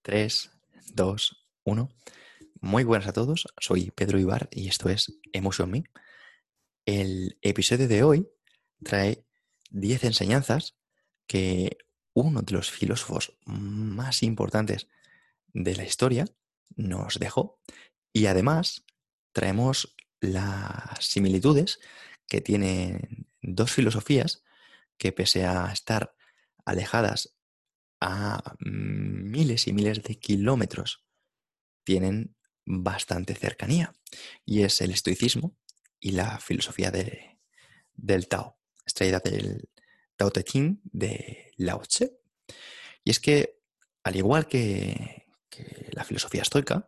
3, 2, 1. Muy buenas a todos, soy Pedro Ibar y esto es Emotion Me. El episodio de hoy trae 10 enseñanzas que uno de los filósofos más importantes de la historia nos dejó, y además traemos las similitudes que tienen dos filosofías que, pese a estar alejadas a miles y miles de kilómetros, tienen bastante cercanía, y es el estoicismo y la filosofía del Tao, extraída del Tao Te Ching de Lao Tse. Y es que, al igual que la filosofía estoica,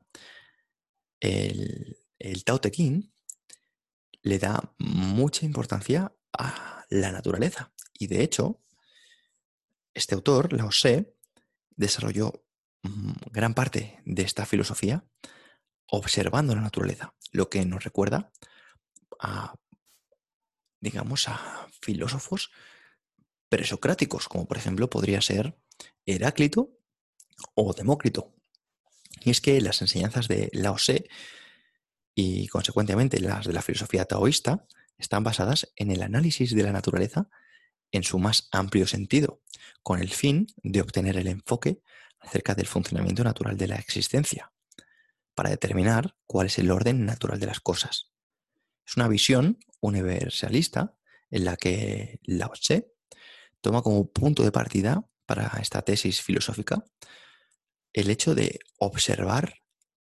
el Tao Te Ching le da mucha importancia a la naturaleza. Y de hecho, este autor, Lao Tse, desarrolló gran parte de esta filosofía observando la naturaleza, lo que nos recuerda a, digamos, a filósofos presocráticos, como por ejemplo podría ser Heráclito o Demócrito. Y es que las enseñanzas de Lao Tse y consecuentemente las de la filosofía taoísta están basadas en el análisis de la naturaleza en su más amplio sentido, con el fin de obtener el enfoque acerca del funcionamiento natural de la existencia, para determinar cuál es el orden natural de las cosas. Es una visión universalista en la que Lao Tse toma como punto de partida para esta tesis filosófica el hecho de observar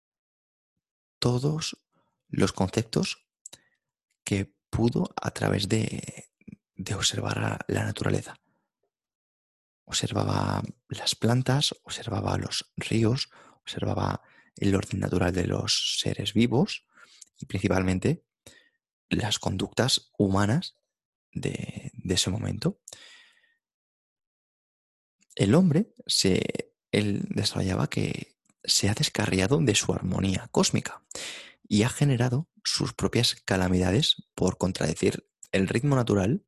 todos los conceptos que pudo a través de observar a la naturaleza. Observaba las plantas, observaba los ríos, observaba el orden natural de los seres vivos y principalmente las conductas humanas de ese momento. El hombre él desarrollaba que se ha descarriado de su armonía cósmica y ha generado sus propias calamidades por contradecir el ritmo natural,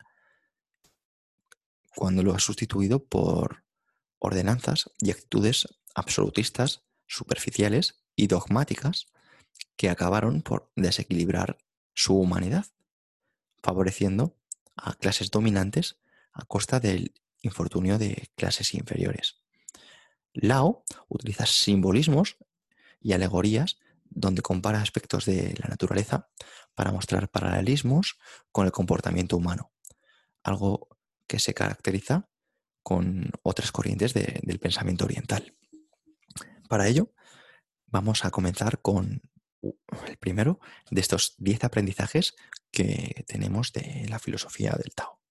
cuando lo ha sustituido por ordenanzas y actitudes absolutistas, superficiales y dogmáticas que acabaron por desequilibrar su humanidad, favoreciendo a clases dominantes a costa del infortunio de clases inferiores. Lao utiliza simbolismos y alegorías donde compara aspectos de la naturaleza para mostrar paralelismos con el comportamiento humano, algo que se caracteriza con otras corrientes del pensamiento oriental. Para ello, vamos a comenzar con el primero de estos 10 aprendizajes que tenemos de la filosofía del Tao.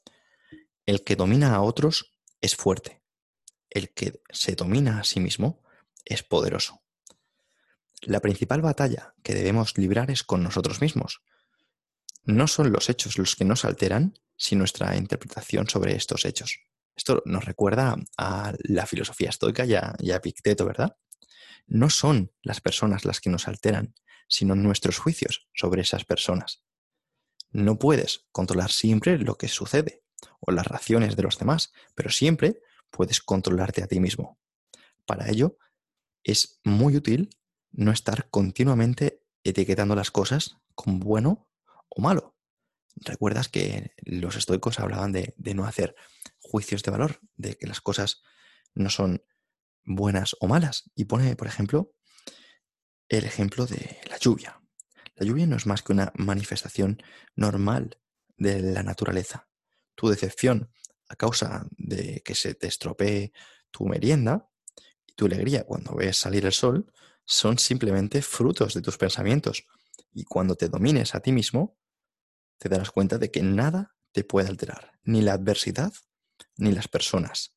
El que domina a otros es fuerte. El que se domina a sí mismo es poderoso. La principal batalla que debemos librar es con nosotros mismos. No son los hechos los que nos alteran, sino nuestra interpretación sobre estos hechos. Esto nos recuerda a la filosofía estoica y a Epicteto, ¿verdad? No son las personas las que nos alteran, sino nuestros juicios sobre esas personas. No puedes controlar siempre lo que sucede o las reacciones de los demás, pero siempre puedes controlarte a ti mismo. Para ello, es muy útil no estar continuamente etiquetando las cosas como bueno o malo. ¿Recuerdas que los estoicos hablaban de no hacer juicios de valor, de que las cosas no son buenas o malas? Y pone, por ejemplo, el ejemplo de la lluvia. La lluvia no es más que una manifestación normal de la naturaleza. Tu decepción a causa de que se te estropee tu merienda y tu alegría cuando ves salir el sol son simplemente frutos de tus pensamientos. Y cuando te domines a ti mismo, te darás cuenta de que nada te puede alterar, ni la adversidad, ni las personas.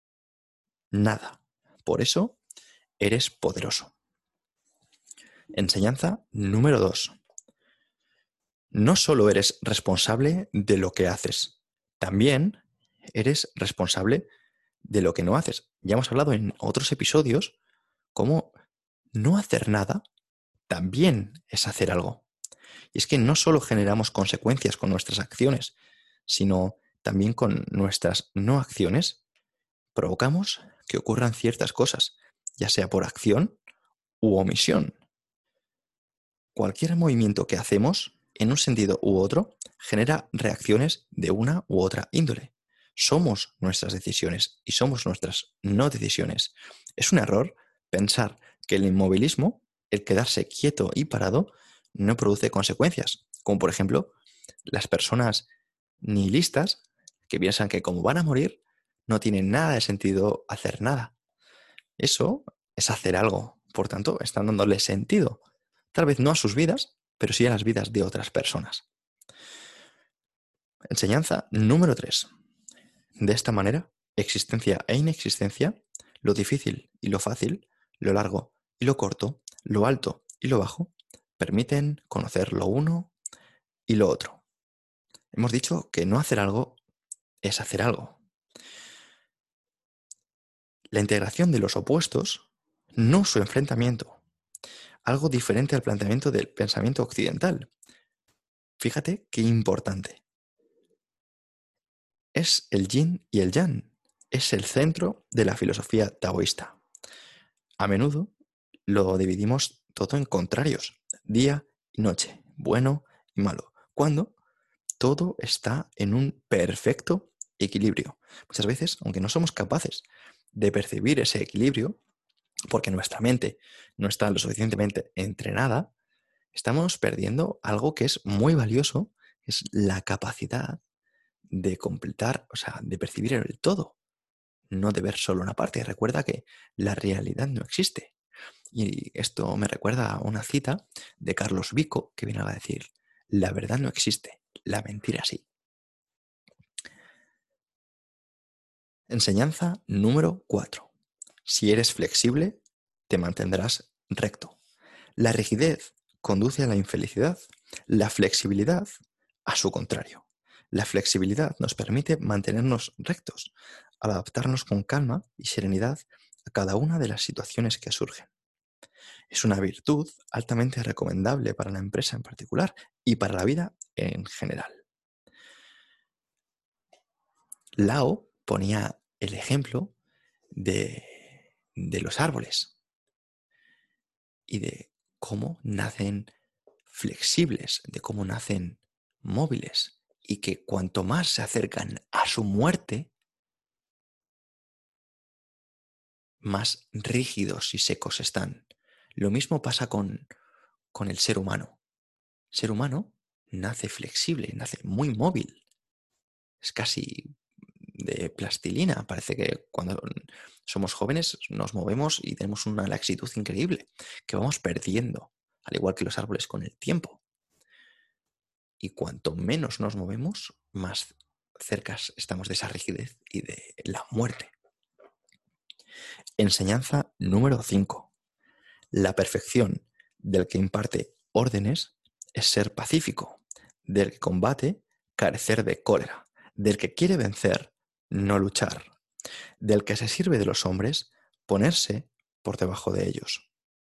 Nada. Por eso, eres poderoso. Enseñanza número 2. No solo eres responsable de lo que haces, también eres responsable de lo que no haces. Ya hemos hablado en otros episodios cómo no hacer nada también es hacer algo. Y es que no solo generamos consecuencias con nuestras acciones, sino también con nuestras no acciones provocamos que ocurran ciertas cosas. ya sea por acción u omisión. Cualquier movimiento que hacemos, en un sentido u otro, genera reacciones de una u otra índole. Somos nuestras decisiones y somos nuestras no decisiones. Es un error pensar que el inmovilismo, el quedarse quieto y parado, no produce consecuencias, como por ejemplo las personas nihilistas que piensan que como van a morir, no tiene nada de sentido hacer nada. Eso es hacer algo, por tanto, están dándole sentido. Tal vez no a sus vidas, pero sí a las vidas de otras personas. Enseñanza número 3. De esta manera, existencia e inexistencia, lo difícil y lo fácil, lo largo y lo corto, lo alto y lo bajo, permiten conocer lo uno y lo otro. Hemos dicho que no hacer algo es hacer algo. La integración de los opuestos, no su enfrentamiento. Algo diferente al planteamiento del pensamiento occidental. Fíjate qué importante. Es el yin y el yang. Es el centro de la filosofía taoísta. A menudo lo dividimos todo en contrarios, día y noche, bueno y malo, cuando todo está en un perfecto equilibrio. Muchas veces, aunque no somos capaces de percibir ese equilibrio, porque nuestra mente no está lo suficientemente entrenada, estamos perdiendo algo que es muy valioso, es la capacidad de completar, o sea, de percibir el todo, no de ver solo una parte. Recuerda que la realidad no existe. Y esto me recuerda a una cita de Carlos Vico que viene a decir, la verdad no existe, la mentira sí. Enseñanza número 4. Si eres flexible, te mantendrás recto. La rigidez conduce a la infelicidad, la flexibilidad a su contrario. La flexibilidad nos permite mantenernos rectos, al adaptarnos con calma y serenidad a cada una de las situaciones que surgen. Es una virtud altamente recomendable para la empresa en particular y para la vida en general. Lao ponía el ejemplo de los árboles y de cómo nacen flexibles, de cómo nacen móviles y que cuanto más se acercan a su muerte, más rígidos y secos están. Lo mismo pasa con el ser humano. El ser humano nace flexible, nace muy móvil. Es casi de plastilina. Parece que cuando somos jóvenes nos movemos y tenemos una laxitud increíble que vamos perdiendo, al igual que los árboles con el tiempo. Y cuanto menos nos movemos, más cerca estamos de esa rigidez y de la muerte. Enseñanza número 5. La perfección del que imparte órdenes es ser pacífico, del que combate, carecer de cólera, del que quiere vencer, no luchar, del que se sirve de los hombres, ponerse por debajo de ellos.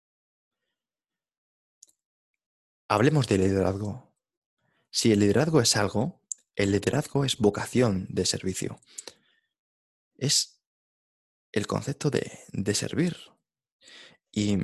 Hablemos de liderazgo. Si el liderazgo es algo, el liderazgo es vocación de servicio. Es el concepto de servir. Y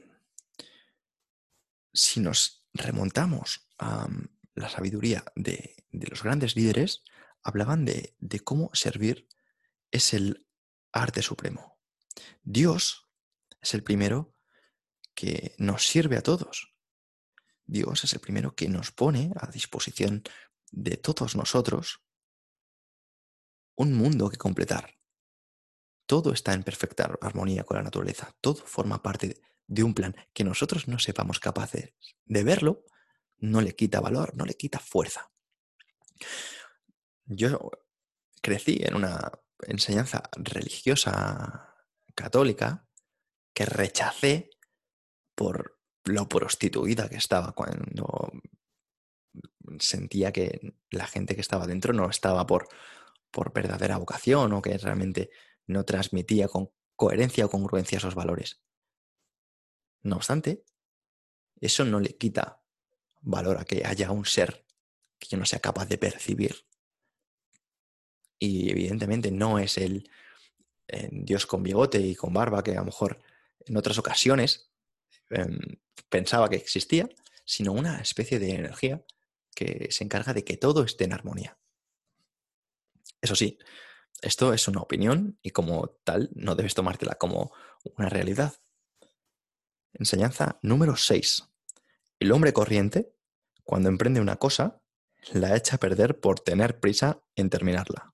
si nos remontamos a la sabiduría de los grandes líderes, hablaban de cómo servir es el arte supremo. Dios es el primero que nos sirve a todos. Dios es el primero que nos pone a disposición de todos nosotros un mundo que completar. Todo está en perfecta armonía con la naturaleza. Todo forma parte de un plan que nosotros no sepamos capaces de verlo, no le quita valor, no le quita fuerza. Yo crecí en una enseñanza religiosa católica que rechacé por lo prostituida que estaba cuando sentía que la gente que estaba dentro no estaba por verdadera vocación o que realmente no transmitía con coherencia o congruencia esos valores. No obstante, eso no le quita valor a que haya un ser que yo no sea capaz de percibir. Y evidentemente no es el Dios con bigote y con barba que a lo mejor en otras ocasiones pensaba que existía, sino una especie de energía que se encarga de que todo esté en armonía. Eso sí, esto es una opinión y como tal no debes tomártela como una realidad. Enseñanza número 6. El hombre corriente, cuando emprende una cosa, la echa a perder por tener prisa en terminarla.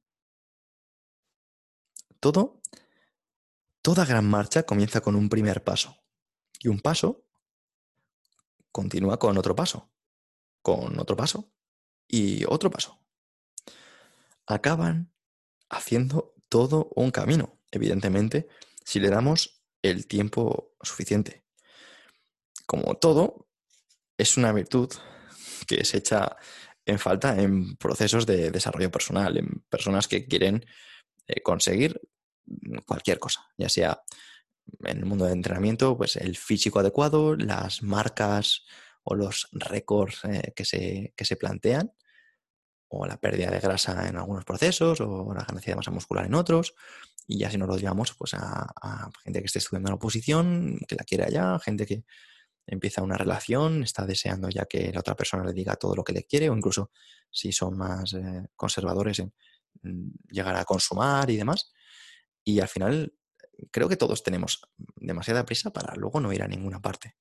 Todo, toda gran marcha comienza con un primer paso y un paso continúa con otro paso y otro paso. Acaban haciendo todo un camino, evidentemente, si le damos el tiempo suficiente. Como todo, es una virtud que se echa en falta en procesos de desarrollo personal, en personas que quieren conseguir cualquier cosa, ya sea en el mundo del entrenamiento, pues el físico adecuado, las marcas o los récords que se plantean, o la pérdida de grasa en algunos procesos, o la ganancia de masa muscular en otros, y ya si nos lo llevamos pues a gente que esté estudiando una oposición, que la quiere allá, gente que empieza una relación, está deseando ya que la otra persona le diga todo lo que le quiere, o incluso si son más conservadores en llegar a consumar y demás. Y al final creo que todos tenemos demasiada prisa para luego no ir a ninguna parte.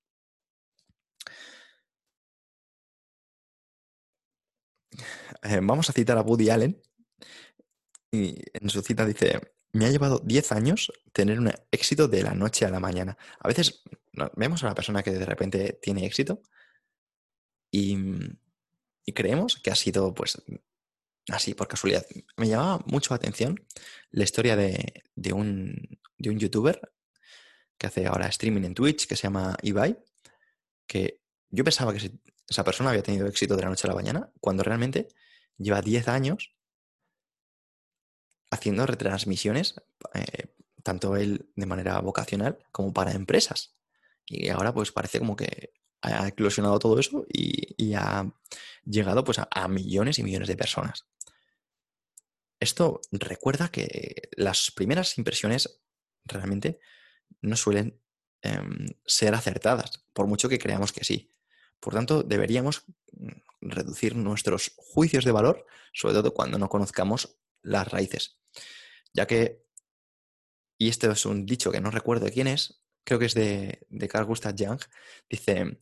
Vamos a citar a Woody Allen y en su cita dice, me ha llevado 10 años tener un éxito de la noche a la mañana. A veces vemos a una persona que de repente tiene éxito y, y creemos que ha sido pues así por casualidad. Me llamaba mucho la atención la historia de un youtuber que hace ahora streaming en Twitch que se llama Ibai, que yo pensaba que esa persona había tenido éxito de la noche a la mañana, cuando realmente lleva 10 años haciendo retransmisiones, tanto él de manera vocacional como para empresas. Y ahora pues parece como que ha eclosionado todo eso y ha llegado pues a millones y millones de personas. Esto recuerda que las primeras impresiones realmente no suelen ser acertadas, por mucho que creamos que sí. Por tanto, deberíamos reducir nuestros juicios de valor, sobre todo cuando no conozcamos las raíces. Ya que, y este es un dicho que no recuerdo de quién es, creo que es de Carl Gustav Jung, dice,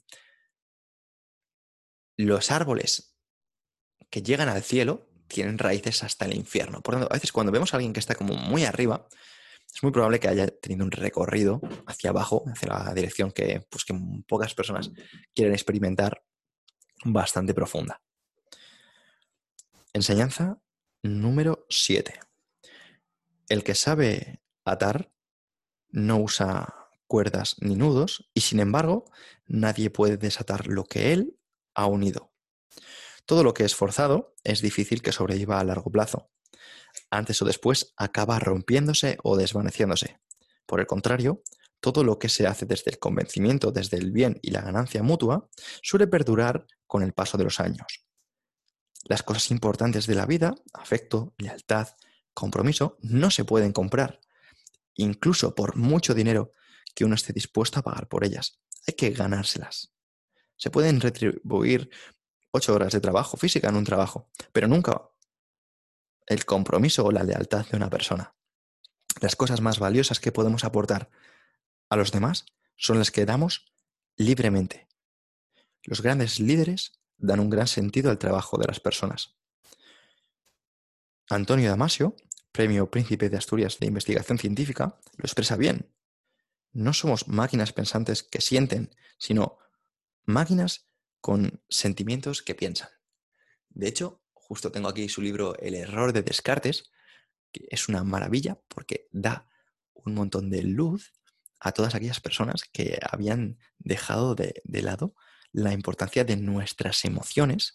los árboles que llegan al cielo tienen raíces hasta el infierno. Por tanto, a veces cuando vemos a alguien que está como muy arriba, es muy probable que haya tenido un recorrido hacia abajo, hacia la dirección pues, que pocas personas quieren experimentar, bastante profunda. Enseñanza número 7. El que sabe atar no usa cuerdas ni nudos y sin embargo nadie puede desatar lo que él ha unido. Todo lo que es forzado es difícil que sobreviva a largo plazo. Antes o después acaba rompiéndose o desvaneciéndose. Por el contrario, todo lo que se hace desde el convencimiento, desde el bien y la ganancia mutua, suele perdurar con el paso de los años. Las cosas importantes de la vida, afecto, lealtad, compromiso, no se pueden comprar, incluso por mucho dinero que uno esté dispuesto a pagar por ellas. Hay que ganárselas. Se pueden retribuir 8 horas de trabajo física en un trabajo, pero nunca el compromiso o la lealtad de una persona. Las cosas más valiosas que podemos aportar a los demás son las que damos libremente. Los grandes líderes dan un gran sentido al trabajo de las personas. Antonio Damasio, Premio Príncipe de Asturias de Investigación Científica, lo expresa bien. No somos máquinas pensantes que sienten, sino máquinas con sentimientos que piensan. De hecho, justo tengo aquí su libro El error de Descartes, que es una maravilla porque da un montón de luz a todas aquellas personas que habían dejado de lado la importancia de nuestras emociones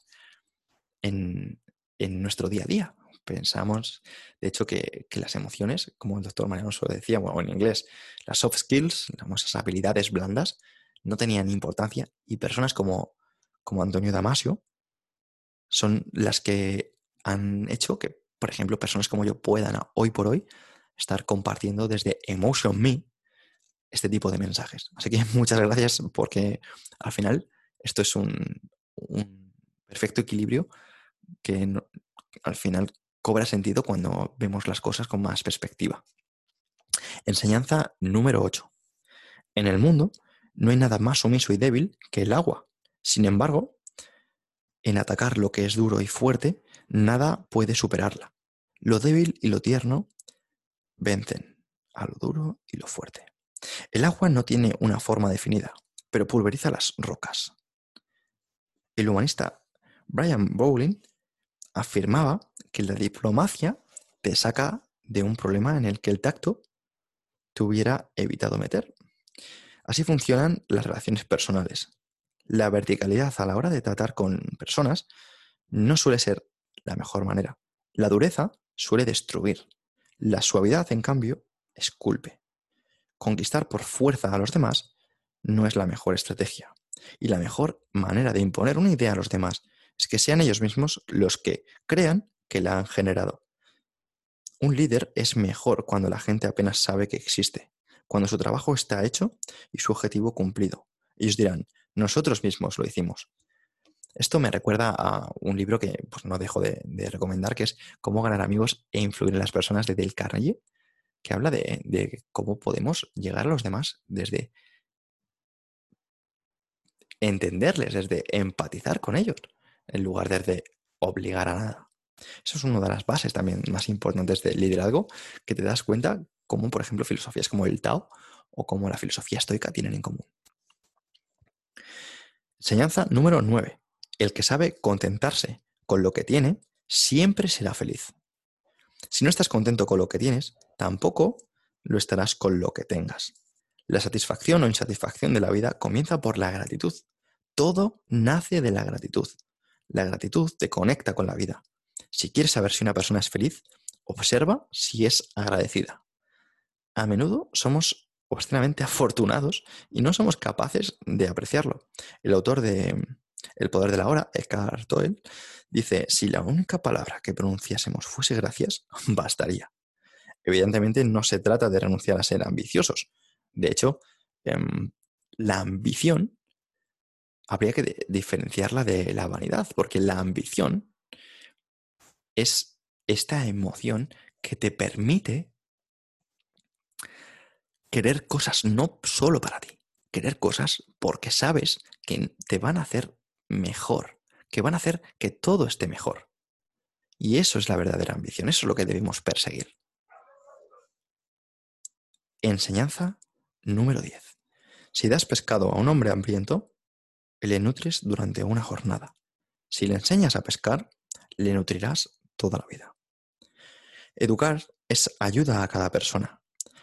en nuestro día a día. Pensamos, de hecho, que las emociones, como el doctor Mariano lo decía, bueno, en inglés, las soft skills, esas habilidades blandas, no tenían importancia y personas como Antonio Damasio son las que han hecho que, por ejemplo, personas como yo puedan hoy por hoy estar compartiendo desde Emotion Me este tipo de mensajes. Así que muchas gracias porque al final esto es un perfecto equilibrio que al final cobra sentido cuando vemos las cosas con más perspectiva. Enseñanza número 8. En el mundo no hay nada más sumiso y débil que el agua. Sin embargo, en atacar lo que es duro y fuerte, nada puede superarla. Lo débil y lo tierno vencen a lo duro y lo fuerte. El agua no tiene una forma definida, pero pulveriza las rocas. El humanista Brian Bowling afirmaba que la diplomacia te saca de un problema en el que el tacto te hubiera evitado meter. Así funcionan las relaciones personales. La verticalidad a la hora de tratar con personas no suele ser la mejor manera. La dureza suele destruir. La suavidad, en cambio, esculpe. Conquistar por fuerza a los demás no es la mejor estrategia. Y la mejor manera de imponer una idea a los demás es que sean ellos mismos los que crean que la han generado. Un líder es mejor cuando la gente apenas sabe que existe, cuando su trabajo está hecho y su objetivo cumplido. Ellos dirán, nosotros mismos lo hicimos. Esto me recuerda a un libro que pues, no dejo de recomendar, que es Cómo ganar amigos e influir en las personas, de Dale Carnegie, que habla de cómo podemos llegar a los demás desde entenderles, desde empatizar con ellos, en lugar de obligar a nada. Eso es una de las bases también más importantes del liderazgo, que te das cuenta cómo, por ejemplo, filosofías como el Tao o como la filosofía estoica tienen en común. Enseñanza número 9. El que sabe contentarse con lo que tiene siempre será feliz. Si no estás contento con lo que tienes, tampoco lo estarás con lo que tengas. La satisfacción o insatisfacción de la vida comienza por la gratitud. Todo nace de la gratitud. La gratitud te conecta con la vida. Si quieres saber si una persona es feliz, observa si es agradecida. A menudo somos obscenamente afortunados y no somos capaces de apreciarlo. El autor de El poder de la hora, Eckhart Tolle, dice, si la única palabra que pronunciásemos fuese gracias, bastaría. Evidentemente no se trata de renunciar a ser ambiciosos. De hecho, la ambición habría que diferenciarla de la vanidad, porque la ambición es esta emoción que te permite querer cosas no solo para ti, querer cosas porque sabes que te van a hacer mejor, que van a hacer que todo esté mejor. Y eso es la verdadera ambición, eso es lo que debemos perseguir. Enseñanza número 10. Si das pescado a un hombre hambriento, le nutres durante una jornada. Si le enseñas a pescar, le nutrirás toda la vida. Educar es ayuda a cada persona.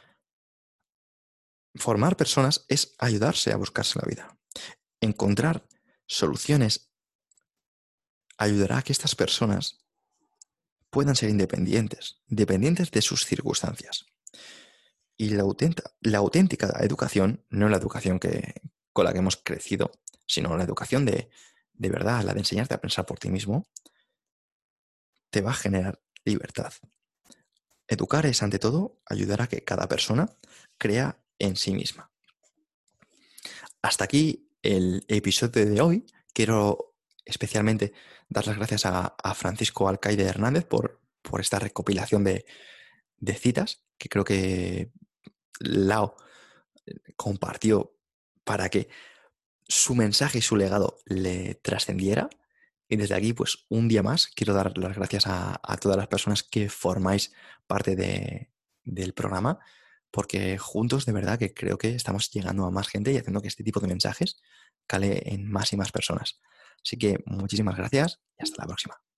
Formar personas es ayudarse a buscarse la vida. Encontrar soluciones ayudará a que estas personas puedan ser independientes, dependientes de sus circunstancias. Y la auténtica educación, no la educación con la que hemos crecido, sino la educación de verdad, la de enseñarte a pensar por ti mismo, te va a generar libertad. Educar es, ante todo, ayudar a que cada persona crea en sí misma. Hasta aquí el episodio de hoy. Quiero especialmente dar las gracias a Francisco Alcaide Hernández por esta recopilación de citas que creo que Lao compartió para que su mensaje y su legado le trascendiera. Y desde aquí, pues un día más, quiero dar las gracias a todas las personas que formáis parte del programa, porque juntos de verdad que creo que estamos llegando a más gente y haciendo que este tipo de mensajes cale en más y más personas. Así que muchísimas gracias y hasta la próxima.